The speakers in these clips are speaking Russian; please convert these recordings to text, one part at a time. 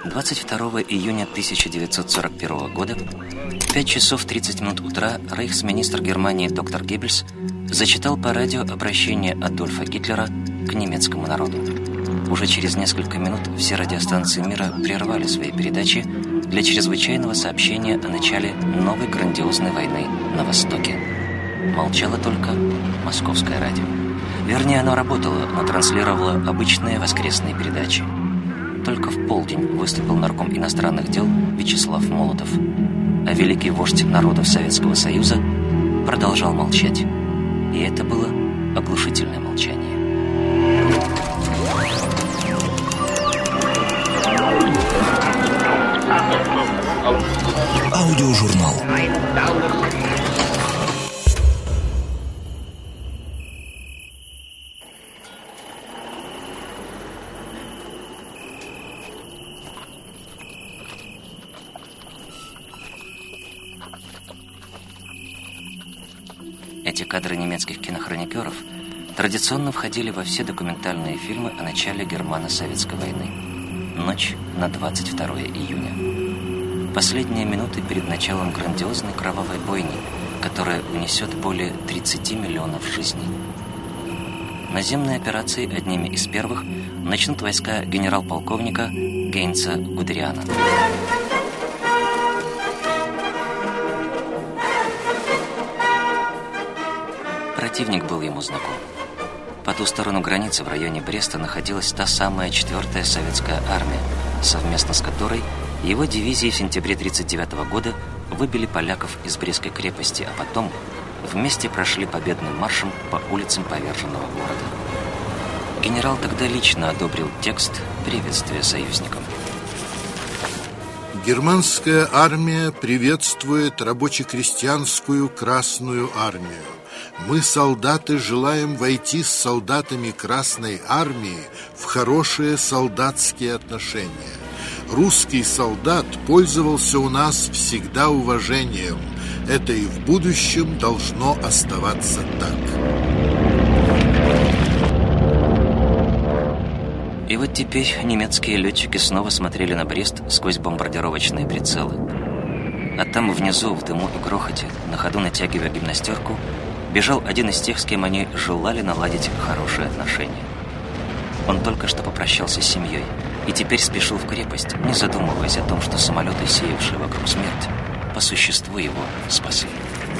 22 июня 1941 года в 5 часов 30 минут утра рейхсминистр Германии доктор Геббельс зачитал по радио обращение Адольфа Гитлера к немецкому народу. Уже через несколько минут все радиостанции мира прервали свои передачи для чрезвычайного сообщения о начале новой грандиозной войны на Востоке. Молчало только Московское радио. Вернее, оно работало, но транслировало обычные воскресные передачи. Только в полдень выступил нарком иностранных дел Вячеслав Молотов, а великий вождь народов Советского Союза продолжал молчать. И это было оглушительное молчание. Аудиожурнал. Эти кадры немецких кинохроникеров традиционно входили во все документальные фильмы о начале германо-советской войны. Ночь на 22 июня. Последние минуты перед началом грандиозной кровавой бойни, которая унесет более 30 миллионов жизней. Наземные операции одними из первых начнут войска генерал-полковника Гейнца Гудериана. Противник был ему знаком. По ту сторону границы в районе Бреста находилась та самая 4-я советская армия, совместно с которой его дивизии в сентябре 1939 года выбили поляков из Брестской крепости, а потом вместе прошли победным маршем по улицам поверженного города. Генерал тогда лично одобрил текст приветствия союзникам. Германская армия приветствует рабоче-крестьянскую Красную армию. Мы, солдаты, желаем войти с солдатами Красной армии в хорошие солдатские отношения. Русский солдат пользовался у нас всегда уважением. Это и в будущем должно оставаться так. И вот теперь немецкие летчики снова смотрели на Брест сквозь бомбардировочные прицелы. А там внизу, в дыму и грохоте, на ходу натягивая гимнастерку, бежал один из тех, с кем они желали наладить хорошие отношения. Он только что попрощался с семьей и теперь спешил в крепость, не задумываясь о том, что самолеты, сеявшие вокруг смерть, по существу его спасли.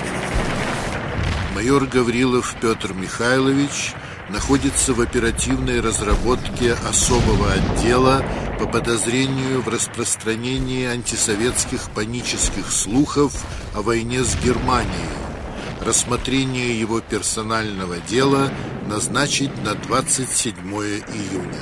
Майор Гаврилов Петр Михайлович находится в оперативной разработке особого отдела по подозрению в распространении антисоветских панических слухов о войне с Германией. Рассмотрение его персонального дела назначить на 27 июня.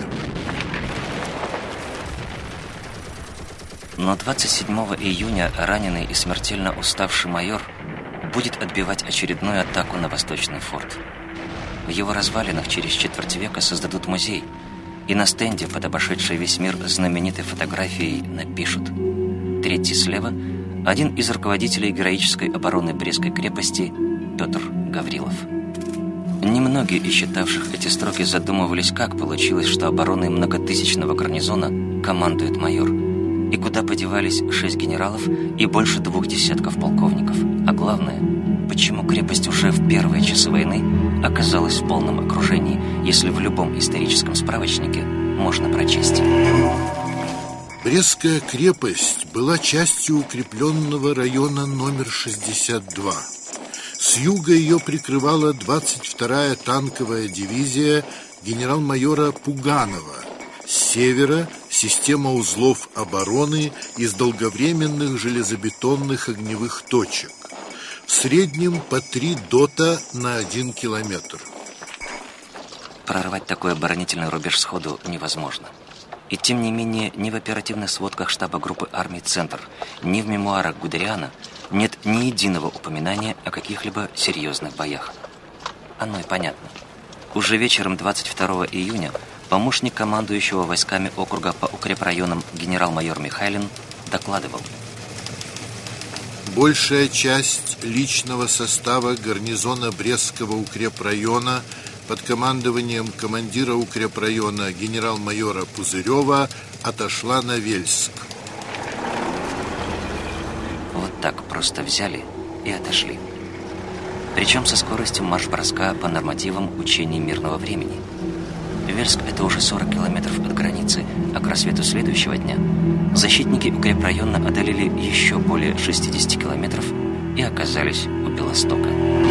Но 27 июня раненый и смертельно уставший майор будет отбивать очередную атаку на Восточный форт. В его развалинах через четверть века создадут музей, и на стенде, под обошедшей весь мир знаменитой фотографией, напишут: третий слева – один из руководителей героической обороны Брестской крепости Петр Гаврилов. Немногие из читавших эти строки задумывались, как получилось, что обороной многотысячного гарнизона командует майор, и куда подевались 6 генералов и больше 2 десятков полковников. А главное, почему крепость уже в первые часы войны оказалась в полном окружении, если в любом историческом справочнике можно прочесть: Брестская крепость была частью укрепленного района номер 62. С юга ее прикрывала 22-я танковая дивизия генерал-майора Пуганова. С севера – система узлов обороны из долговременных железобетонных огневых точек. В среднем по 3 дота на 1 километр. Прорвать такой оборонительный рубеж сходу невозможно. И тем не менее, ни в оперативных сводках штаба группы армий «Центр», ни в мемуарах Гудериана нет ни единого упоминания о каких-либо серьезных боях. Оно и понятно. Уже вечером 22 июня помощник командующего войсками округа по укрепрайонам генерал-майор Михайлин докладывал: большая часть личного состава гарнизона Брестского укрепрайона под командованием командира укрепрайона генерал-майора Пузырева отошла на Вельск. Вот так просто взяли и отошли. Причем со скоростью марш-броска по нормативам учений мирного времени. Вельск – это уже 40 километров от границы, а к рассвету следующего дня защитники укрепрайона одолели еще более 60 километров и оказались у Белостока.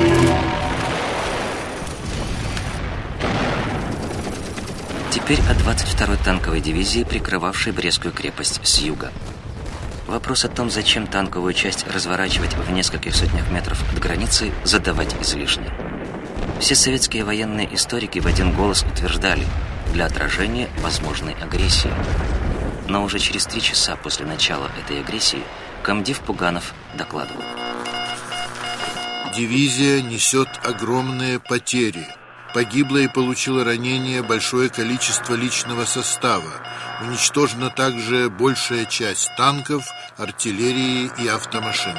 Теперь о 22-й танковой дивизии, прикрывавшей Брестскую крепость с юга. Вопрос о том, зачем танковую часть разворачивать в нескольких сотнях метров от границы, задавать излишне. Все советские военные историки в один голос утверждали: для отражения возможной агрессии. Но уже через 3 часа после начала этой агрессии комдив Пуганов докладывал: дивизия несет огромные потери. Погибло и получило ранение большое количество личного состава. Уничтожена также большая часть танков, артиллерии и автомашин.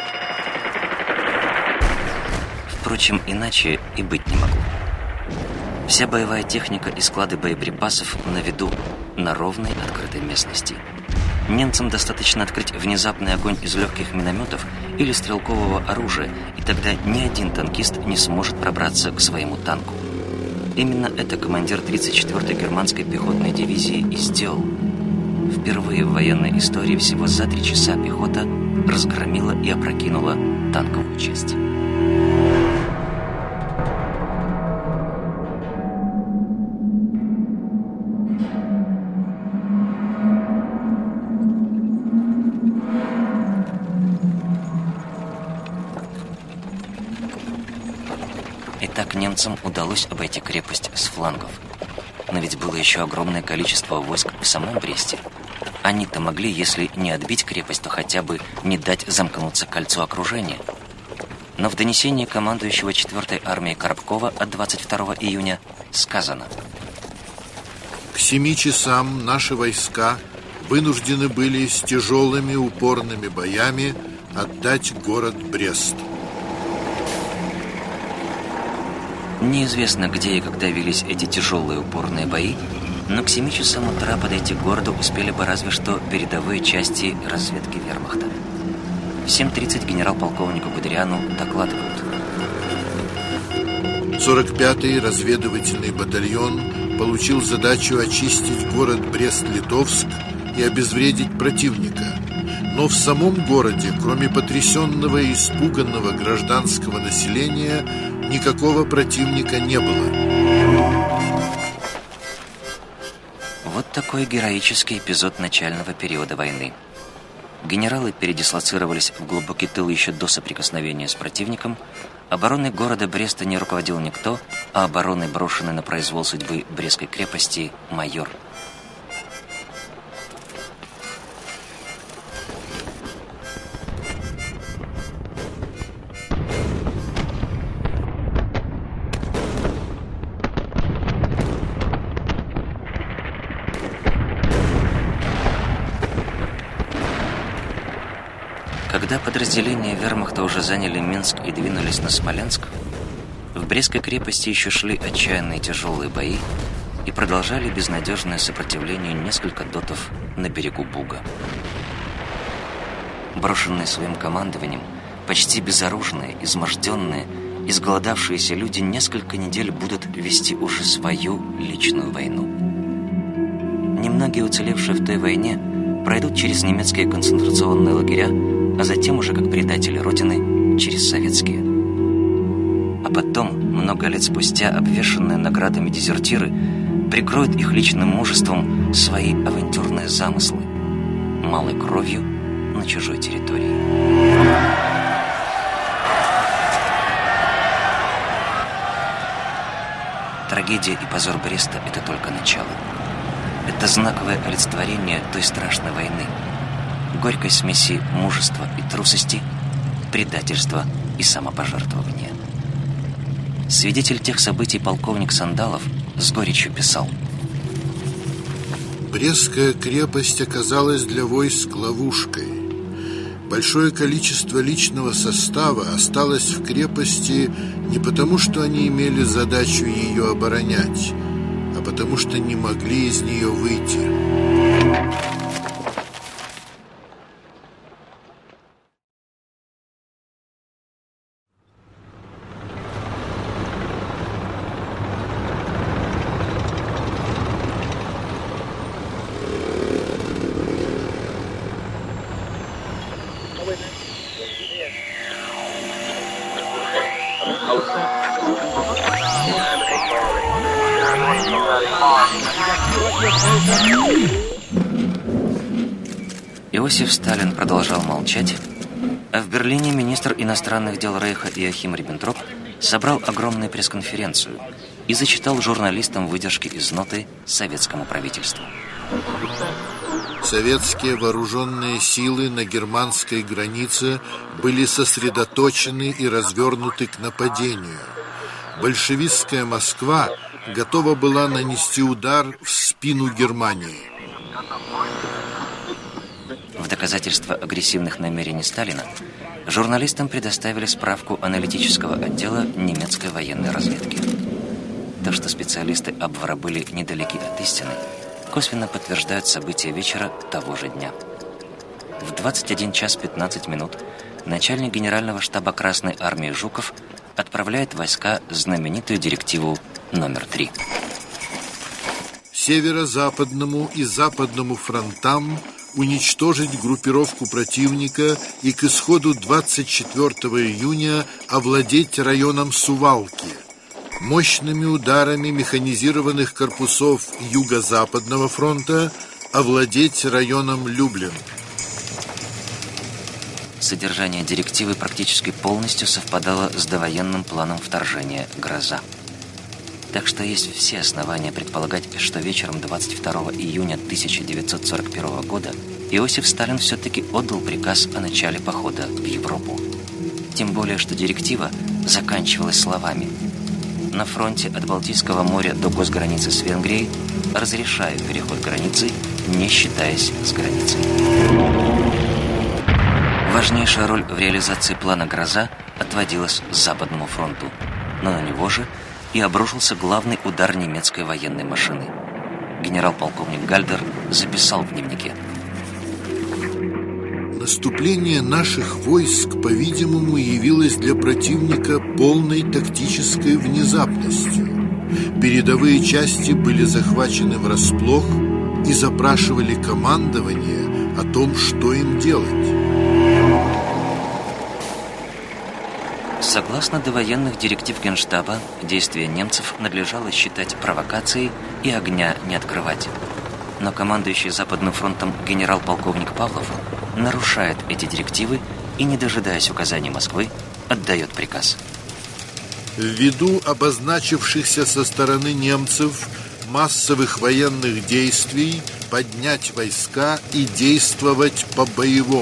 Впрочем, иначе и быть не могло. Вся боевая техника и склады боеприпасов на виду, на ровной открытой местности. Немцам достаточно открыть внезапный огонь из легких минометов или стрелкового оружия, и тогда ни один танкист не сможет пробраться к своему танку. Именно это командир 34-й германской пехотной дивизии и сделал. Впервые в военной истории всего за 3 часа пехота разгромила и опрокинула танковую часть. Итак, немцам удалось обойти крепость с флангов. Но ведь было еще огромное количество войск в самом Бресте. Они-то могли, если не отбить крепость, то хотя бы не дать замкнуться кольцу окружения. Но в донесении командующего 4-й армией Коробкова от 22 июня сказано: к 7 часам наши войска вынуждены были с тяжелыми упорными боями отдать город Брест. Неизвестно, где и когда велись эти тяжелые упорные бои, но к 7 часам утра подойти к городу успели бы разве что передовые части разведки вермахта. В 7:30 генерал-полковнику Гудериану докладывают: 45-й разведывательный батальон получил задачу очистить город Брест-Литовск и обезвредить противника. Но в самом городе, кроме потрясенного и испуганного гражданского населения, никакого противника не было. Вот такой героический эпизод начального периода войны. Генералы передислоцировались в глубокий тыл еще до соприкосновения с противником. Обороной города Бреста не руководил никто, а обороной, брошенной на произвол судьбы Брестской крепости, майор. Когда подразделения вермахта уже заняли Минск и двинулись на Смоленск, в Брестской крепости еще шли отчаянные тяжелые бои и продолжали безнадежное сопротивление несколько дотов на берегу Буга. Брошенные своим командованием, почти безоружные, изможденные, изголодавшиеся люди несколько недель будут вести уже свою личную войну. Немногие уцелевшие в той войне пройдут через немецкие концентрационные лагеря, а затем уже как предатели Родины через советские. А потом, много лет спустя, обвешанные наградами дезертиры прикроют их личным мужеством свои авантюрные замыслы, малой кровью на чужой территории. Трагедия и позор Бреста – это только начало. Это знаковое олицетворение той страшной войны, горькой смеси мужества и трусости, предательства и самопожертвования. Свидетель тех событий полковник Сандалов с горечью писал: Брестская крепость оказалась для войск ловушкой. Большое количество личного состава осталось в крепости не потому, что они имели задачу ее оборонять, а потому что не могли из нее выйти. Иосиф Сталин продолжал молчать, а в Берлине министр иностранных дел Рейха Иоахим Риббентроп собрал огромную пресс-конференцию и зачитал журналистам выдержки из ноты советскому правительству. Советские вооруженные силы на германской границе были сосредоточены и развернуты к нападению. Большевистская Москва готова была нанести удар в спину Германии. В доказательство агрессивных намерений Сталина журналистам предоставили справку аналитического отдела немецкой военной разведки. То, что специалисты Абвера были недалеки от истины, косвенно подтверждают события вечера того же дня. В 21 час 15 минут начальник генерального штаба Красной армии Жуков отправляет войска знаменитую директиву номер 3. Северо-западному и западному фронтам уничтожить группировку противника и к исходу 24 июня овладеть районом Сувалки. Мощными ударами механизированных корпусов Юго-Западного фронта овладеть районом Люблин. Содержание директивы практически полностью совпадало с довоенным планом вторжения «Гроза». Так что есть все основания предполагать, что вечером 22 июня 1941 года Иосиф Сталин все-таки отдал приказ о начале похода в Европу. Тем более, что директива заканчивалась словами: «На фронте от Балтийского моря до госграницы с Венгрией разрешаю переход границы, не считаясь с границей». Важнейшая роль в реализации плана «Гроза» отводилась Западному фронту, но на него же и обрушился главный удар немецкой военной машины. Генерал-полковник Гальдер записал в дневнике: наступление наших войск, по-видимому, явилось для противника полной тактической внезапностью. Передовые части были захвачены врасплох и запрашивали командование о том, что им делать. Согласно довоенных директив Генштаба, действия немцев надлежало считать провокацией и огня не открывать. Но командующий Западным фронтом генерал-полковник Павлов нарушает эти директивы и, не дожидаясь указаний Москвы, отдает приказ. Ввиду обозначившихся со стороны немцев массовых военных действий поднять войска и действовать по-боевому.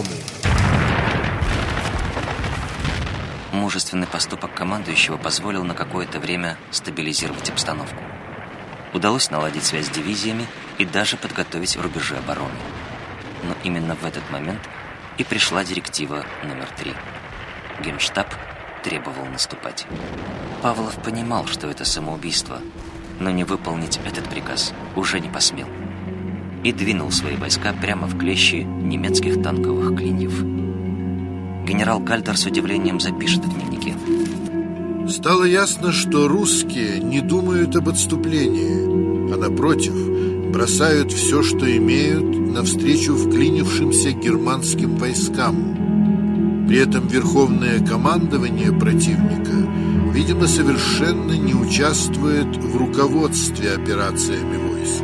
Мужественный поступок командующего позволил на какое-то время стабилизировать обстановку. Удалось наладить связь с дивизиями и даже подготовить рубежи обороны. Но именно в этот момент и пришла директива номер 3. Генштаб требовал наступать. Павлов понимал, что это самоубийство, но не выполнить этот приказ уже не посмел. И двинул свои войска прямо в клещи немецких танковых клиньев. Генерал Гальдер с удивлением запишет в дневнике: стало ясно, что русские не думают об отступлении, а напротив, бросают все, что имеют, навстречу вклинившимся германским войскам. При этом верховное командование противника, видимо, совершенно не участвует в руководстве операциями войск.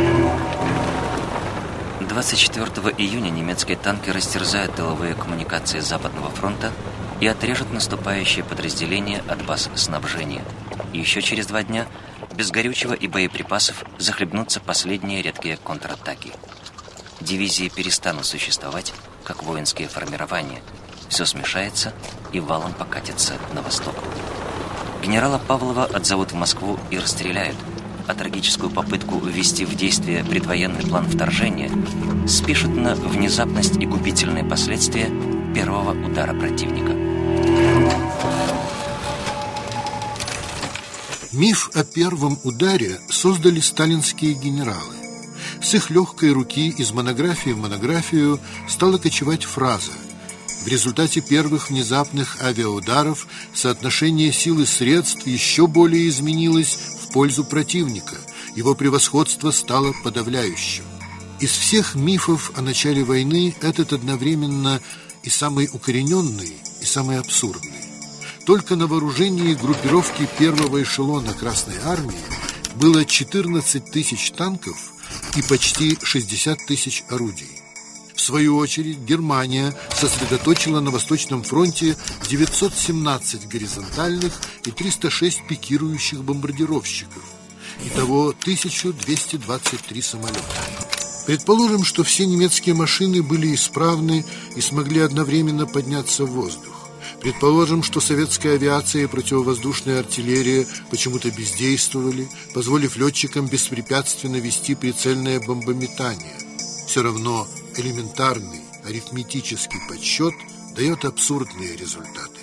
24 июня немецкие танки растерзают тыловые коммуникации Западного фронта и отрежут наступающие подразделения от баз снабжения. И еще через 2 дня без горючего и боеприпасов захлебнутся последние редкие контратаки. Дивизии перестанут существовать как воинские формирования. Все смешается и валом покатится на восток. Генерала Павлова отзовут в Москву и расстреляют, а трагическую попытку ввести в действие предвоенный план вторжения спишут на внезапность и губительные последствия первого удара противника. Миф о первом ударе создали сталинские генералы. С их легкой руки из монографии в монографию стала кочевать фраза: в результате первых внезапных авиаударов соотношение сил и средств еще более изменилось в пользу противника. Его превосходство стало подавляющим. Из всех мифов о начале войны этот одновременно и самый укорененный, и самый абсурдный. Только на вооружении группировки первого эшелона Красной Армии было 14 тысяч танков и почти 60 тысяч орудий. В свою очередь Германия сосредоточила на Восточном фронте 917 горизонтальных и 306 пикирующих бомбардировщиков. Итого 1223 самолета. Предположим, что все немецкие машины были исправны и смогли одновременно подняться в воздух. Предположим, что советская авиация и противовоздушная артиллерия почему-то бездействовали, позволив летчикам беспрепятственно вести прицельное бомбометание. Все равно элементарный арифметический подсчет дает абсурдные результаты.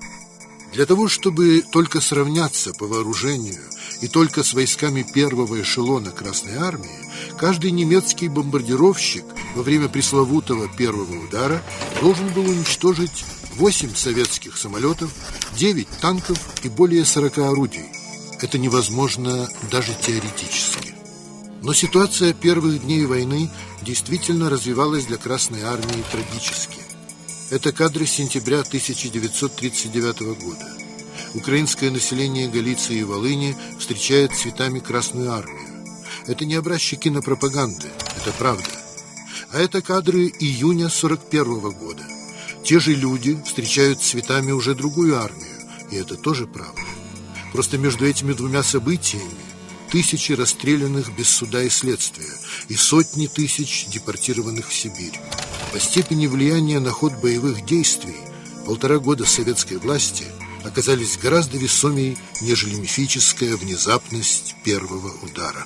Для того, чтобы только сравняться по вооружению и только с войсками первого эшелона Красной Армии, каждый немецкий бомбардировщик во время пресловутого первого удара должен был уничтожить 8 советских самолетов, 9 танков и более 40 орудий. Это невозможно даже теоретически. Но ситуация первых дней войны действительно развивалась для Красной Армии трагически. Это кадры сентября 1939 года. Украинское население Галиции и Волыни встречает цветами Красную Армию. Это не образчики кинопропаганды, это правда. А это кадры июня 1941 года. Те же люди встречают цветами уже другую армию, и это тоже правда. Просто между этими двумя событиями тысячи расстрелянных без суда и следствия и сотни тысяч депортированных в Сибирь. По степени влияния на ход боевых действий 1,5 года советской власти оказались гораздо весомее, нежели мифическая внезапность первого удара.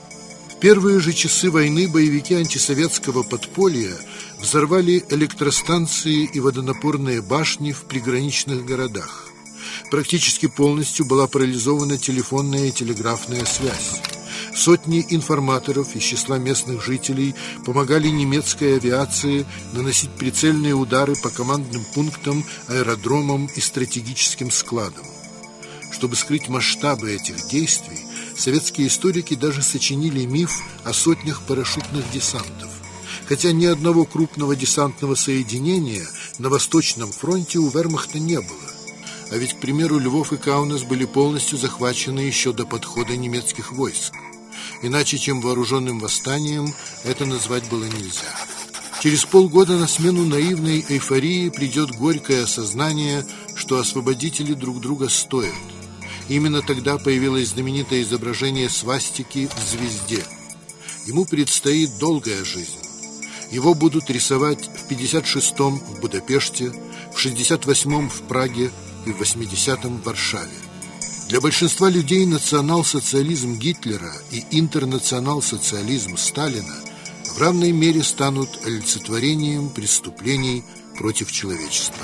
В первые же часы войны боевики антисоветского подполья взорвали электростанции и водонапорные башни в приграничных городах. Практически полностью была парализована телефонная и телеграфная связь. Сотни информаторов из числа местных жителей помогали немецкой авиации наносить прицельные удары по командным пунктам, аэродромам и стратегическим складам. Чтобы скрыть масштабы этих действий, советские историки даже сочинили миф о сотнях парашютных десантов. Хотя ни одного крупного десантного соединения на Восточном фронте у вермахта не было. А ведь, к примеру, Львов и Каунас были полностью захвачены еще до подхода немецких войск. Иначе, чем вооруженным восстанием, это назвать было нельзя. Через полгода на смену наивной эйфории придет горькое осознание, что освободители друг друга стоят. Именно тогда появилось знаменитое изображение свастики в звезде. Ему предстоит долгая жизнь. Его будут рисовать в 56-м в Будапеште, в 68-м в Праге и в 80-м в Варшаве. Для большинства людей национал-социализм Гитлера и интернационал-социализм Сталина в равной мере станут олицетворением преступлений против человечества.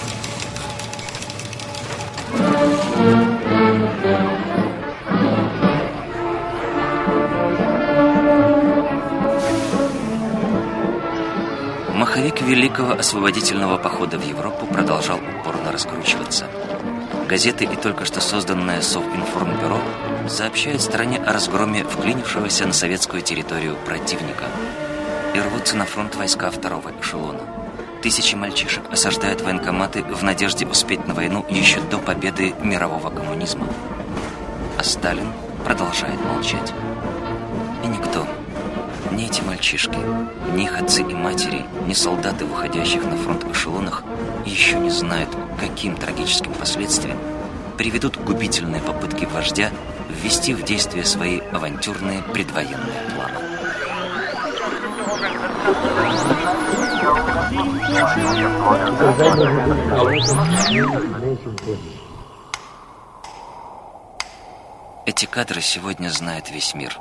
Маховик Великого освободительного похода в Европу продолжал упорно раскручиваться. Газеты и только что созданное Совинформбюро сообщают стране о разгроме вклинившегося на советскую территорию противника. И рвутся на фронт войска второго эшелона. Тысячи мальчишек осаждают военкоматы в надежде успеть на войну еще до победы мирового коммунизма. А Сталин продолжает молчать. И никто, ни эти мальчишки, ни их отцы и матери, ни солдаты, выходящих на фронт эшелонах, еще не знают, каким трагическим последствиям приведут губительные попытки вождя ввести в действие свои авантюрные предвоенные планы. Эти кадры сегодня знает весь мир.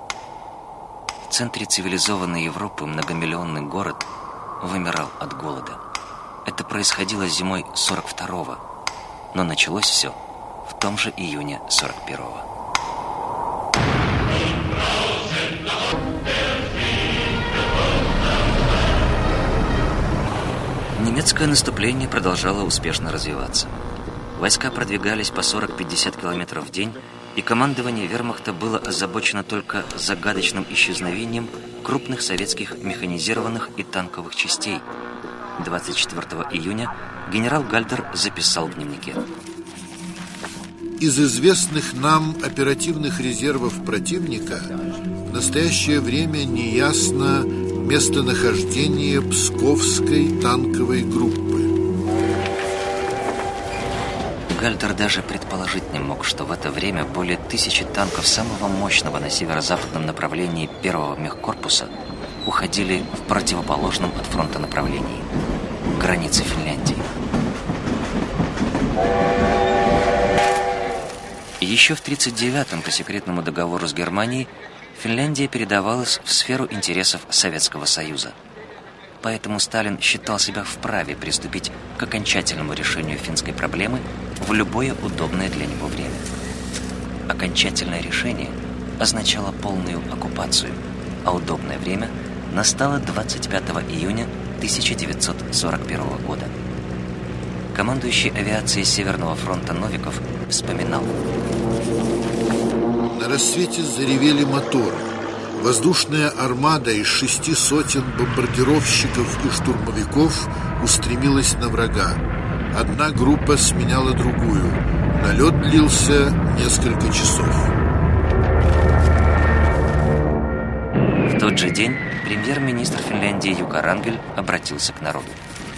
В центре цивилизованной Европы многомиллионный город вымирал от голода. Это происходило зимой 42-го, но началось все в том же июне 41-го. Немецкое наступление продолжало успешно развиваться. Войска продвигались по 40-50 километров в день, и командование вермахта было озабочено только загадочным исчезновением крупных советских механизированных и танковых частей. 24 июня генерал Гальдер записал в дневнике: из известных нам оперативных резервов противника в настоящее время неясно местонахождение Псковской танковой группы. Гальдер даже предположить не мог, что в это время более 1000 танков самого мощного на северо-западном направлении первого мехкорпуса уходили в противоположном от фронта направлении – границе Финляндии. Еще в 1939-м по секретному договору с Германией Финляндия передавалась в сферу интересов Советского Союза. Поэтому Сталин считал себя вправе приступить к окончательному решению финской проблемы в любое удобное для него время. Окончательное решение означало полную оккупацию, а удобное время настало 25 июня 1941 года. Командующий авиацией Северного фронта Новиков вспоминал: на рассвете заревели моторы. Воздушная армада из 6 сотен бомбардировщиков и штурмовиков устремилась на врага. Одна группа сменяла другую. Налет длился несколько часов. В тот же день премьер-министр Финляндии Юка Рангель обратился к народу.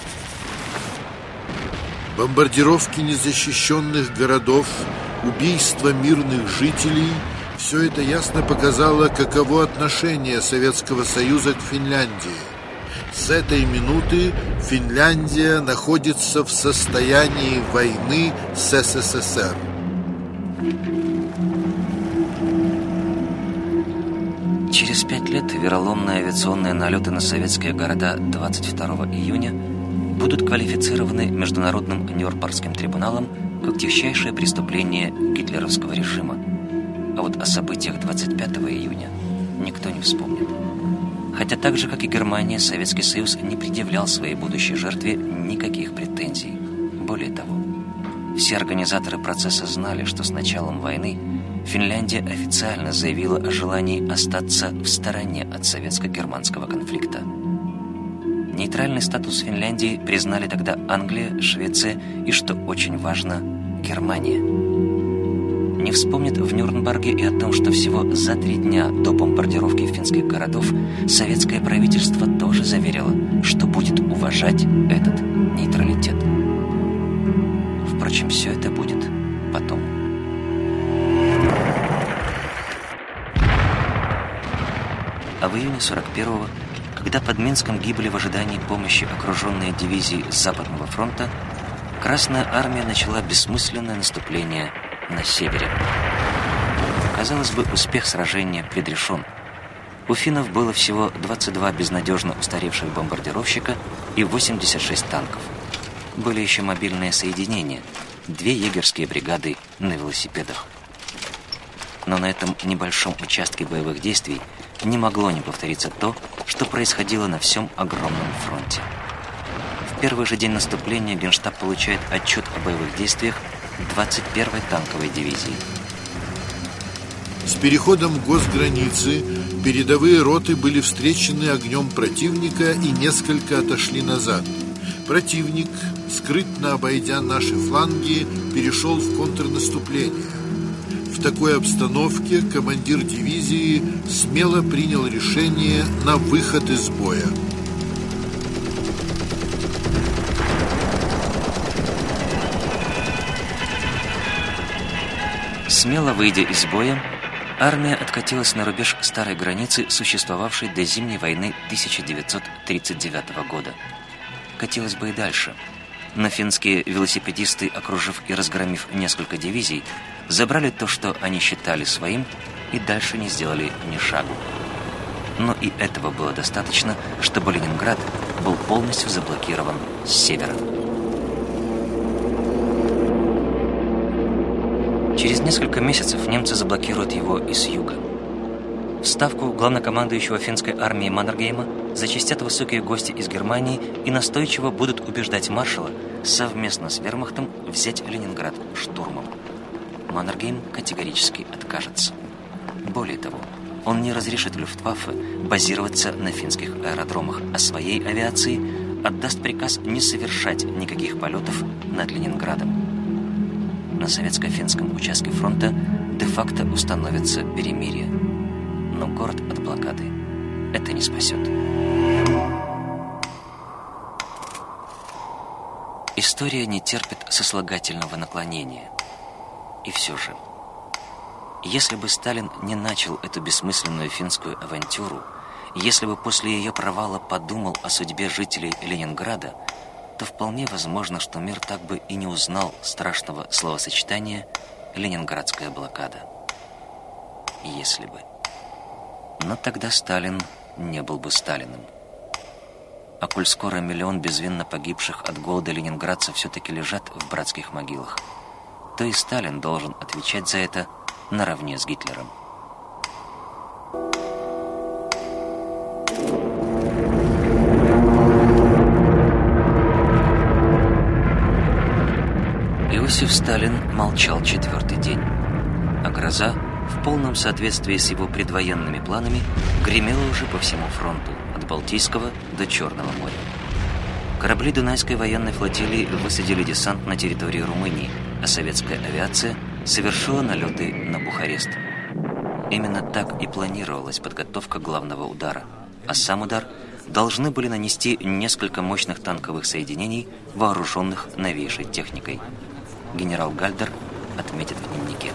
Бомбардировки незащищенных городов, убийство мирных жителей – все это ясно показало, каково отношение Советского Союза к Финляндии. С этой минуты Финляндия находится в состоянии войны с СССР. Через 5 лет вероломные авиационные налеты на советские города 22 июня будут квалифицированы Международным Нюрнбергским трибуналом как тягчайшее преступление гитлеровского режима. А вот о событиях 25 июня никто не вспомнит. Хотя так же, как и Германия, Советский Союз не предъявлял своей будущей жертве никаких претензий. Более того, все организаторы процесса знали, что с началом войны Финляндия официально заявила о желании остаться в стороне от советско-германского конфликта. Нейтральный статус Финляндии признали тогда Англия, Швеция и, что очень важно, Германия. Не вспомнит в Нюрнберге и о том, что всего за 3 дня до бомбардировки финских городов советское правительство тоже заверило, что будет уважать этот нейтралитет. Впрочем, все это будет потом. А в июне 41-го, когда под Минском гибли в ожидании помощи окруженные дивизии с Западного фронта, Красная армия начала бессмысленное наступление на севере. Казалось бы, успех сражения предрешен. У финнов было всего 22 безнадежно устаревших бомбардировщика и 86 танков. Были еще мобильные соединения, 2 егерские бригады на велосипедах. Но на этом небольшом участке боевых действий не могло не повториться то, что происходило на всем огромном фронте. В первый же день наступления Генштаб получает отчет о боевых действиях 21-й танковой дивизии. С переходом госграницы передовые роты были встречены огнем противника и несколько отошли назад. Противник, скрытно обойдя наши фланги, перешел в контрнаступление. В такой обстановке командир дивизии смело принял решение на выход из боя. Смело выйдя из боя, армия откатилась на рубеж старой границы, существовавшей до Зимней войны 1939 года. Катилась бы и дальше, но финские велосипедисты, окружив и разгромив несколько дивизий, забрали то, что они считали своим, и дальше не сделали ни шагу. Но и этого было достаточно, чтобы Ленинград был полностью заблокирован с севера. Через несколько месяцев немцы заблокируют его и с юга. В ставку главнокомандующего финской армии Маннергейма зачастят высокие гости из Германии и настойчиво будут убеждать маршала совместно с вермахтом взять Ленинград штурмом. Маннергейм категорически откажется. Более того, он не разрешит Люфтваффе базироваться на финских аэродромах, а своей авиации отдаст приказ не совершать никаких полетов над Ленинградом. На советско-финском участке фронта де-факто установится перемирие. Но город от блокады это не спасет. История не терпит сослагательного наклонения. И все же, если бы Сталин не начал эту бессмысленную финскую авантюру, если бы после ее провала подумал о судьбе жителей Ленинграда, то вполне возможно, что мир так бы и не узнал страшного словосочетания «Ленинградская блокада». Если бы. Но тогда Сталин не был бы Сталиным. А коль скоро миллион безвинно погибших от голода ленинградцев все-таки лежат в братских могилах, то и Сталин должен отвечать за это наравне с Гитлером. Иосиф Сталин молчал 4-й день, а гроза, в полном соответствии с его предвоенными планами, гремела уже по всему фронту, от Балтийского до Черного моря. Корабли Дунайской военной флотилии высадили десант на территории Румынии, а советская авиация совершила налеты на Бухарест. Именно так и планировалась подготовка главного удара, а сам удар должны были нанести несколько мощных танковых соединений, вооруженных новейшей техникой. Генерал Гальдер отметит в дневнике.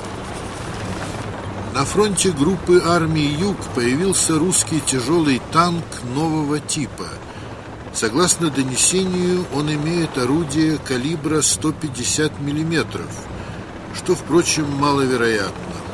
На фронте группы армии «Юг» появился русский тяжелый танк нового типа. Согласно донесению, он имеет орудие калибра 150 мм, что, впрочем, маловероятно.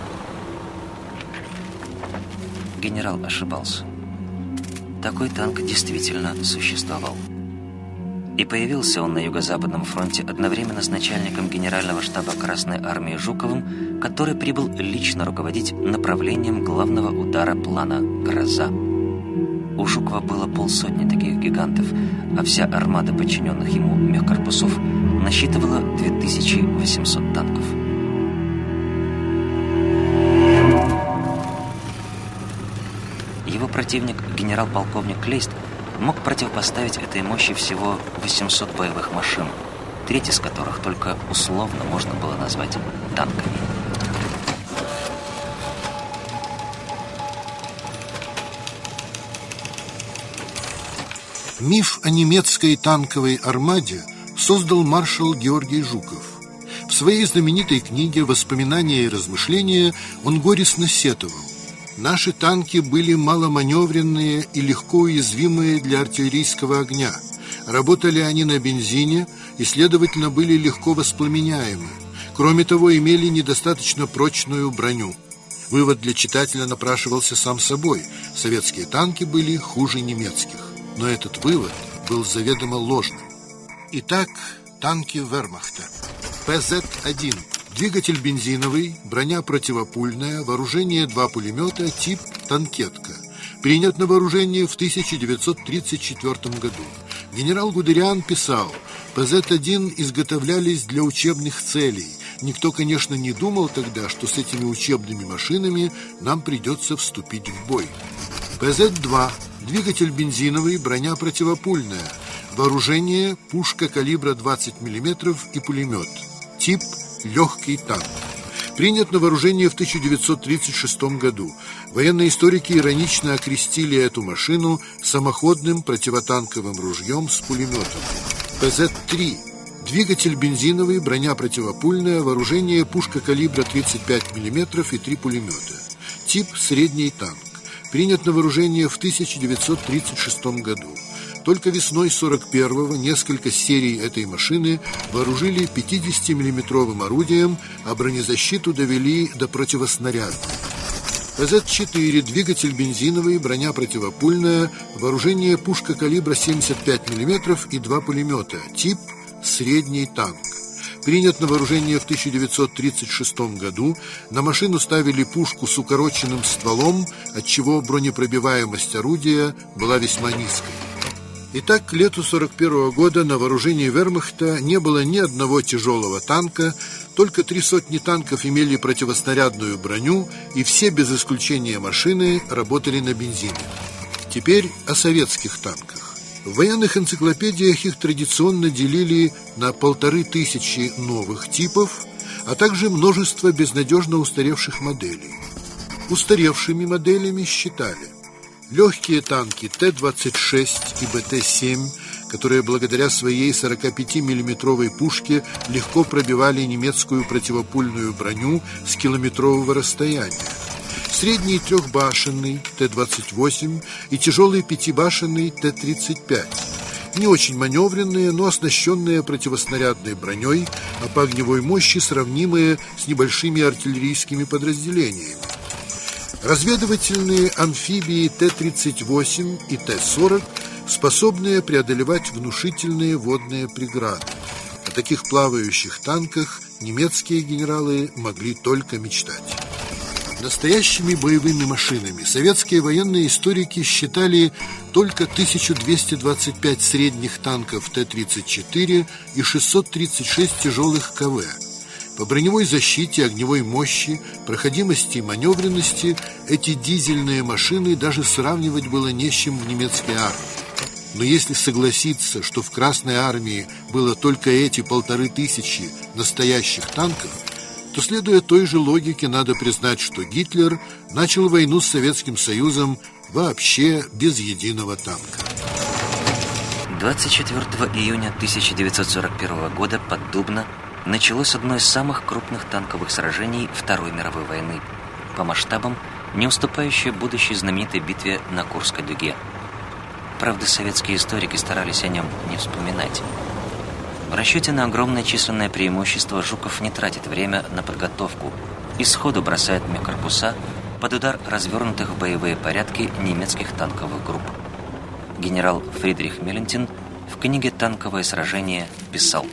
Генерал ошибался. Такой танк действительно существовал. И появился он на Юго-Западном фронте одновременно с начальником генерального штаба Красной армии Жуковым, который прибыл лично руководить направлением главного удара плана «Гроза». У Жукова было 50 таких гигантов, а вся армада подчиненных ему мехкорпусов насчитывала 2800 танков. Его противник, генерал-полковник Клейст, мог противопоставить этой мощи всего 800 боевых машин, треть из которых только условно можно было назвать танками. Миф о немецкой танковой армаде создал маршал Георгий Жуков. В своей знаменитой книге «Воспоминания и размышления» он горестно сетовал: «Наши танки были маломаневренные и легко уязвимые для артиллерийского огня. Работали они на бензине и, следовательно, были легко воспламеняемы. Кроме того, имели недостаточно прочную броню». Вывод для читателя напрашивался сам собой: советские танки были хуже немецких. Но этот вывод был заведомо ложным. Итак, танки вермахта. ПЗ-1. Двигатель бензиновый, броня противопульная, вооружение 2 пулемета, тип танкетка. Принят на вооружение в 1934 году. Генерал Гудериан писал: ПЗ-1 изготовлялись для учебных целей. Никто, конечно, не думал тогда, что с этими учебными машинами нам придется вступить в бой. ПЗ-2. Двигатель бензиновый, броня противопульная. Вооружение – пушка калибра 20 мм и пулемет. Тип – легкий танк. Принят на вооружение в 1936 году. Военные историки иронично окрестили эту машину самоходным противотанковым ружьем с пулеметом. ПЗ-3. Двигатель бензиновый, броня противопульная, вооружение – пушка калибра 35 мм и 3 пулемета. Тип – средний танк. Принят на вооружение в 1936 году. Только весной 1941-го несколько серий этой машины вооружили 50-миллиметровым орудием, а бронезащиту довели до противоснарядной. ПЗ-4, двигатель бензиновый, броня противопульная, вооружение пушка калибра 75 мм и 2 пулемета, тип средний танк. Принят на вооружение в 1936 году. На машину ставили пушку с укороченным стволом, отчего бронепробиваемость орудия была весьма низкой. Итак, к лету 1941 года на вооружении вермахта не было ни одного тяжелого танка, только 3 сотни танков имели противоснарядную броню, и все без исключения машины работали на бензине. Теперь о советских танках. В военных энциклопедиях их традиционно делили на 1500 новых типов, а также множество безнадежно устаревших моделей. Устаревшими моделями считали легкие танки Т-26 и БТ-7, которые благодаря своей 45-миллиметровой пушке легко пробивали немецкую противопульную броню с километрового расстояния. Средний трехбашенный Т-28 и тяжелый пятибашенный Т-35. Не очень маневренные, но оснащенные противоснарядной броней, а по огневой мощи сравнимые с небольшими артиллерийскими подразделениями. Разведывательные амфибии Т-38 и Т-40, способные преодолевать внушительные водные преграды. О таких плавающих танках немецкие генералы могли только мечтать. Настоящими боевыми машинами советские военные историки считали только 1225 средних танков Т-34 и 636 тяжелых КВ. По броневой защите, огневой мощи, проходимости и маневренности эти дизельные машины даже сравнивать было не с чем в немецкой армии. Но если согласиться, что в Красной армии было только эти 1500 настоящих танков, то, следуя той же логике, надо признать, что Гитлер начал войну с Советским Союзом вообще без единого танка. 24 июня 1941 года под Дубно началось одно из самых крупных танковых сражений Второй мировой войны, по масштабам не уступающее будущей знаменитой битве на Курской дуге. Правда, советские историки старались о нем не вспоминать. В расчете на огромное численное преимущество Жуков не тратит время на подготовку и сходу бросает мехкорпуса под удар развернутых в боевые порядки немецких танковых групп. Генерал Фридрих Мелентин в книге «Танковое сражение» писал: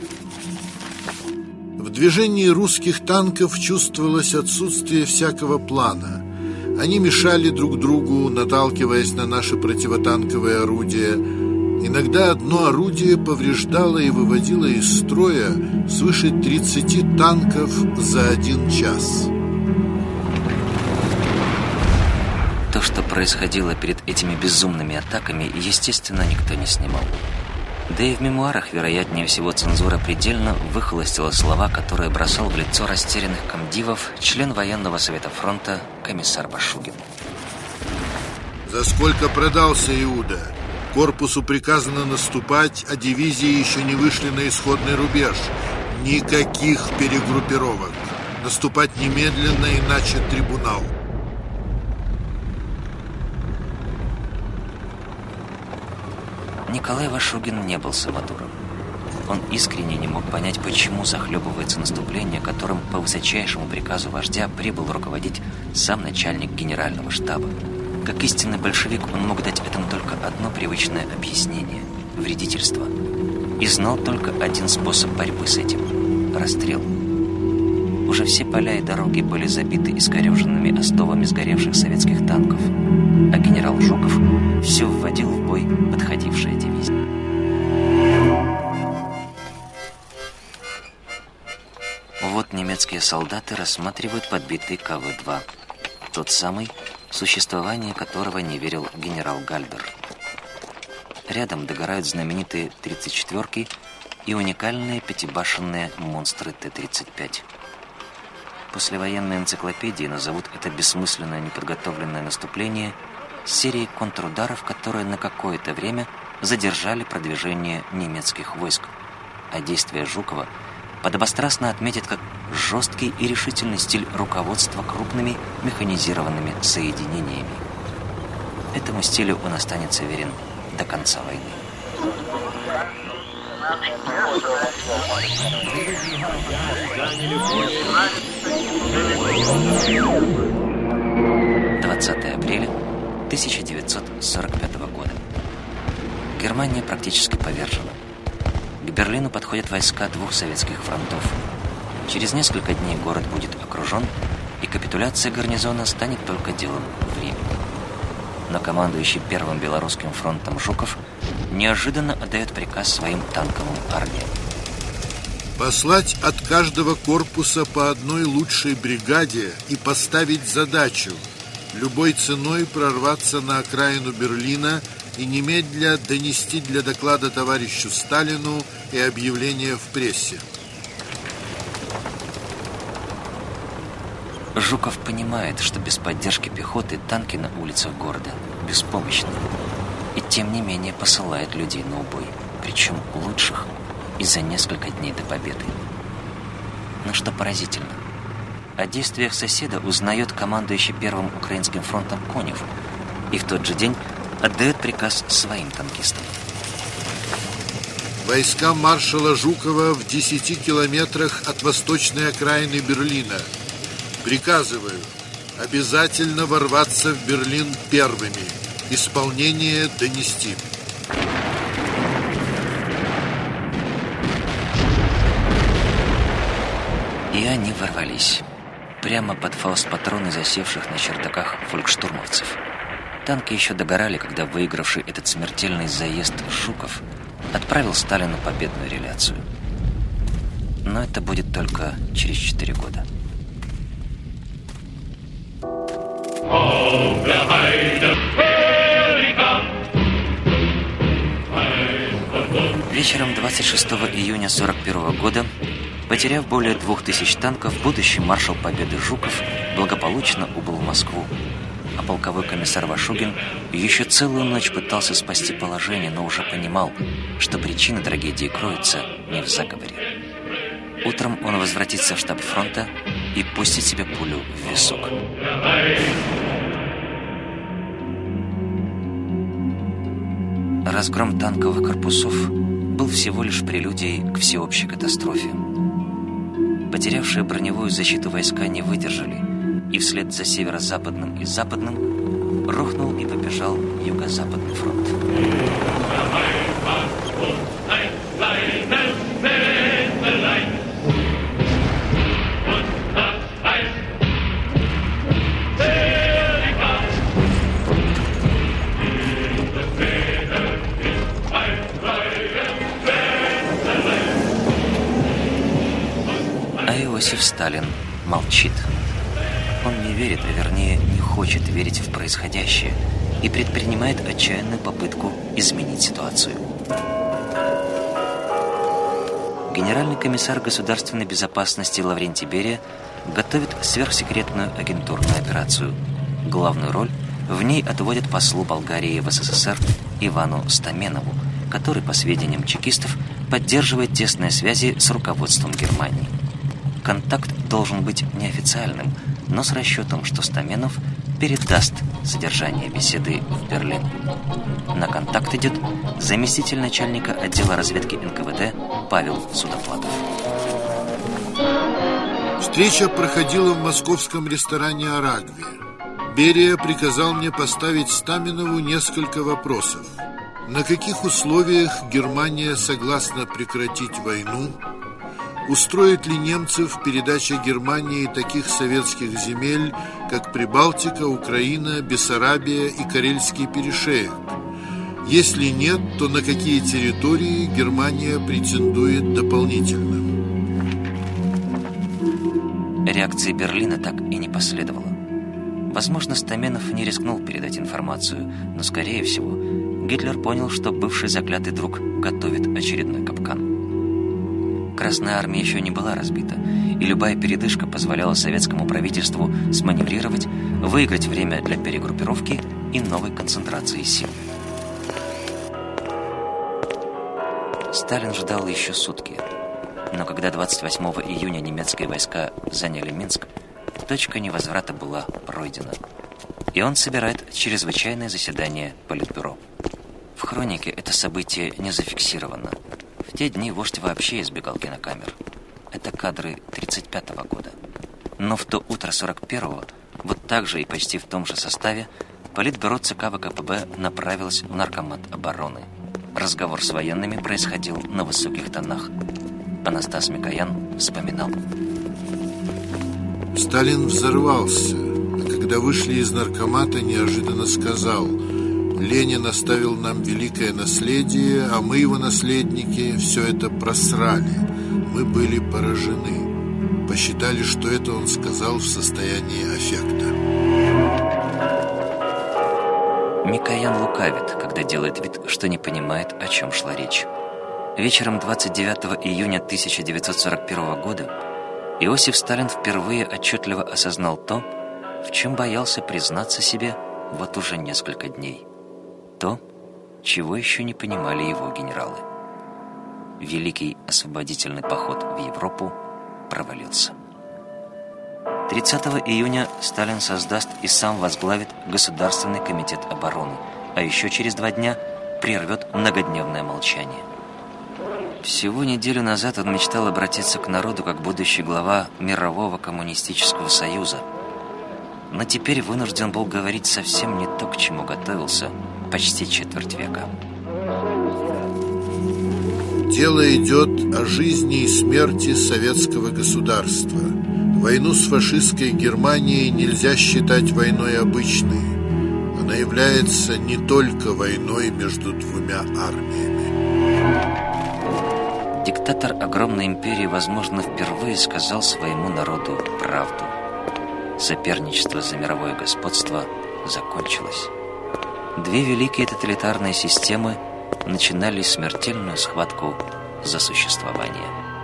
«В движении русских танков чувствовалось отсутствие всякого плана. Они мешали друг другу, наталкиваясь на наши противотанковые орудия. Иногда одно орудие повреждало и выводило из строя свыше 30 танков за 1 час». То, что происходило перед этими безумными атаками, естественно, никто не снимал. Да и в мемуарах, вероятнее всего, цензура предельно выхолостила слова, которые бросал в лицо растерянных комдивов член военного совета фронта комиссар Башугин. «За сколько продался Иуда? Корпусу приказано наступать, а дивизии еще не вышли на исходный рубеж. Никаких перегруппировок. Наступать немедленно, иначе трибунал». Николай Вашугин не был самодуром. Он искренне не мог понять, почему захлебывается наступление, которым по высочайшему приказу вождя прибыл руководить сам начальник генерального штаба. Как истинный большевик, он мог дать этому только одно привычное объяснение – вредительство. И знал только один способ борьбы с этим – расстрел. Уже все поля и дороги были забиты искореженными остовами сгоревших советских танков, а генерал Жуков все вводил в бой подходившие дивизии. Вот немецкие солдаты рассматривают подбитый КВ-2, тот самый, в существование которого не верил генерал Гальдер. Рядом догорают знаменитые 34-ки и уникальные пятибашенные монстры Т-35. Послевоенные энциклопедии назовут это бессмысленное неподготовленное наступление серией контрударов, которые на какое-то время задержали продвижение немецких войск, а действия Жукова подобострастно отметят как жесткий и решительный стиль руководства крупными механизированными соединениями. Этому стилю он останется верен до конца войны. 20 апреля 1945 года. Германия практически повержена. К Берлину подходят войска двух советских фронтов. Через несколько дней город будет окружен, и капитуляция гарнизона станет только делом времени. Но командующий Первым Белорусским фронтом Жуков неожиданно отдает приказ своим танковым армиям. Послать от каждого корпуса по одной лучшей бригаде и поставить задачу любой ценой прорваться на окраину Берлина и немедля донести для доклада товарищу Сталину и объявления в прессе. Жуков понимает, что без поддержки пехоты танки на улицах города беспомощны, и тем не менее посылает людей на убой, причем лучших, и за несколько дней до победы. Но что поразительно, о действиях соседа узнает командующий Первым Украинским фронтом Конев, и в тот же день отдает приказ своим танкистам. Войска маршала Жукова в 10 километрах от восточной окраины Берлина. Приказываю обязательно ворваться в Берлин первыми. Исполнение донести. И они ворвались прямо под фаустпатроны засевших на чердаках фолькштурмовцев. Танки еще догорали, когда выигравший этот смертельный заезд Жуков отправил Сталину победную реляцию. Но это будет только через 4 года. Вечером 26 июня 1941 года, потеряв более 2000 танков, будущий маршал Победы Жуков благополучно убыл в Москву. А полковой комиссар Вашугин еще целую ночь пытался спасти положение, но уже понимал, что причина трагедии кроется не в заговоре. Утром он возвратится в штаб фронта и пустит себе пулю в висок. Разгром танковых корпусов был всего лишь прелюдией к всеобщей катастрофе. Потерявшие броневую защиту войска не выдержали, и вслед за северо-западным и западным рухнул и побежал юго-западный фронт. Иосиф Сталин молчит. Он не верит, а вернее не хочет верить в происходящее и предпринимает отчаянную попытку изменить ситуацию. Генеральный комиссар государственной безопасности Лаврентий Берия готовит сверхсекретную агентурную операцию. Главную роль в ней отводят послу Болгарии в СССР Ивану Стаменову, который, по сведениям чекистов, поддерживает тесные связи с руководством Германии. Контакт должен быть неофициальным, но с расчетом, что Стаменов передаст содержание беседы в Берлин. На контакт идет заместитель начальника отдела разведки НКВД Павел Судоплатов. Встреча проходила в московском ресторане «Арагви». Берия приказал мне поставить Стаменову несколько вопросов. На каких условиях Германия согласна прекратить войну? Устроит ли немцев передача Германии таких советских земель, как Прибалтика, Украина, Бессарабия и Карельский перешеек? Если нет, то на какие территории Германия претендует дополнительно? Реакции Берлина так и не последовало. Возможно, Стаменов не рискнул передать информацию, но, скорее всего, Гитлер понял, что бывший заклятый друг готовит очередной капкан. Красная армия еще не была разбита, и любая передышка позволяла советскому правительству сманеврировать, выиграть время для перегруппировки и новой концентрации сил. Сталин ждал еще сутки, но когда 28 июня немецкие войска заняли Минск, точка невозврата была пройдена, и он собирает чрезвычайное заседание Политбюро. В хронике это событие не зафиксировано. В те дни вождь вообще избегал кинокамер. Это кадры 1935 года. Но в то утро 41-го Вот так же и почти в том же составе Политбюро ЦК ВКПБ направилось в Наркомат обороны. Разговор с военными происходил на высоких тонах. Анастас Микоян вспоминал. Сталин взорвался, а когда вышли из наркомата, неожиданно сказал: «Ленин оставил нам великое наследие, а мы, его наследники, все это просрали. Мы были поражены». Посчитали, что это он сказал в состоянии аффекта. Микоян лукавит, когда делает вид, что не понимает, о чем шла речь. Вечером 29 июня 1941 года Иосиф Сталин впервые отчетливо осознал то, в чем боялся признаться себе вот уже несколько дней. То, чего еще не понимали его генералы. Великий освободительный поход в Европу провалился. 30 июня Сталин создаст и сам возглавит Государственный комитет обороны, а еще через 2 дня прервет многодневное молчание. Всего неделю назад он мечтал обратиться к народу как будущий глава Мирового коммунистического союза. Но теперь вынужден был говорить совсем не то, к чему готовился почти четверть века. Дело идет о жизни и смерти советского государства. Войну с фашистской Германией нельзя считать войной обычной. Она является не только войной между 2 армиями. Диктатор огромной империи, возможно, впервые сказал своему народу правду. Соперничество за мировое господство закончилось. 2 великие тоталитарные системы начинали смертельную схватку за существование.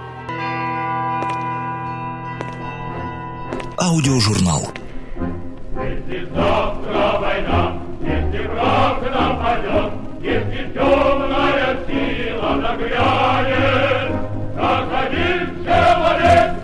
Аудиожурнал. Если завтра война, если враг нападет, если темная сила нагрянет, как один человек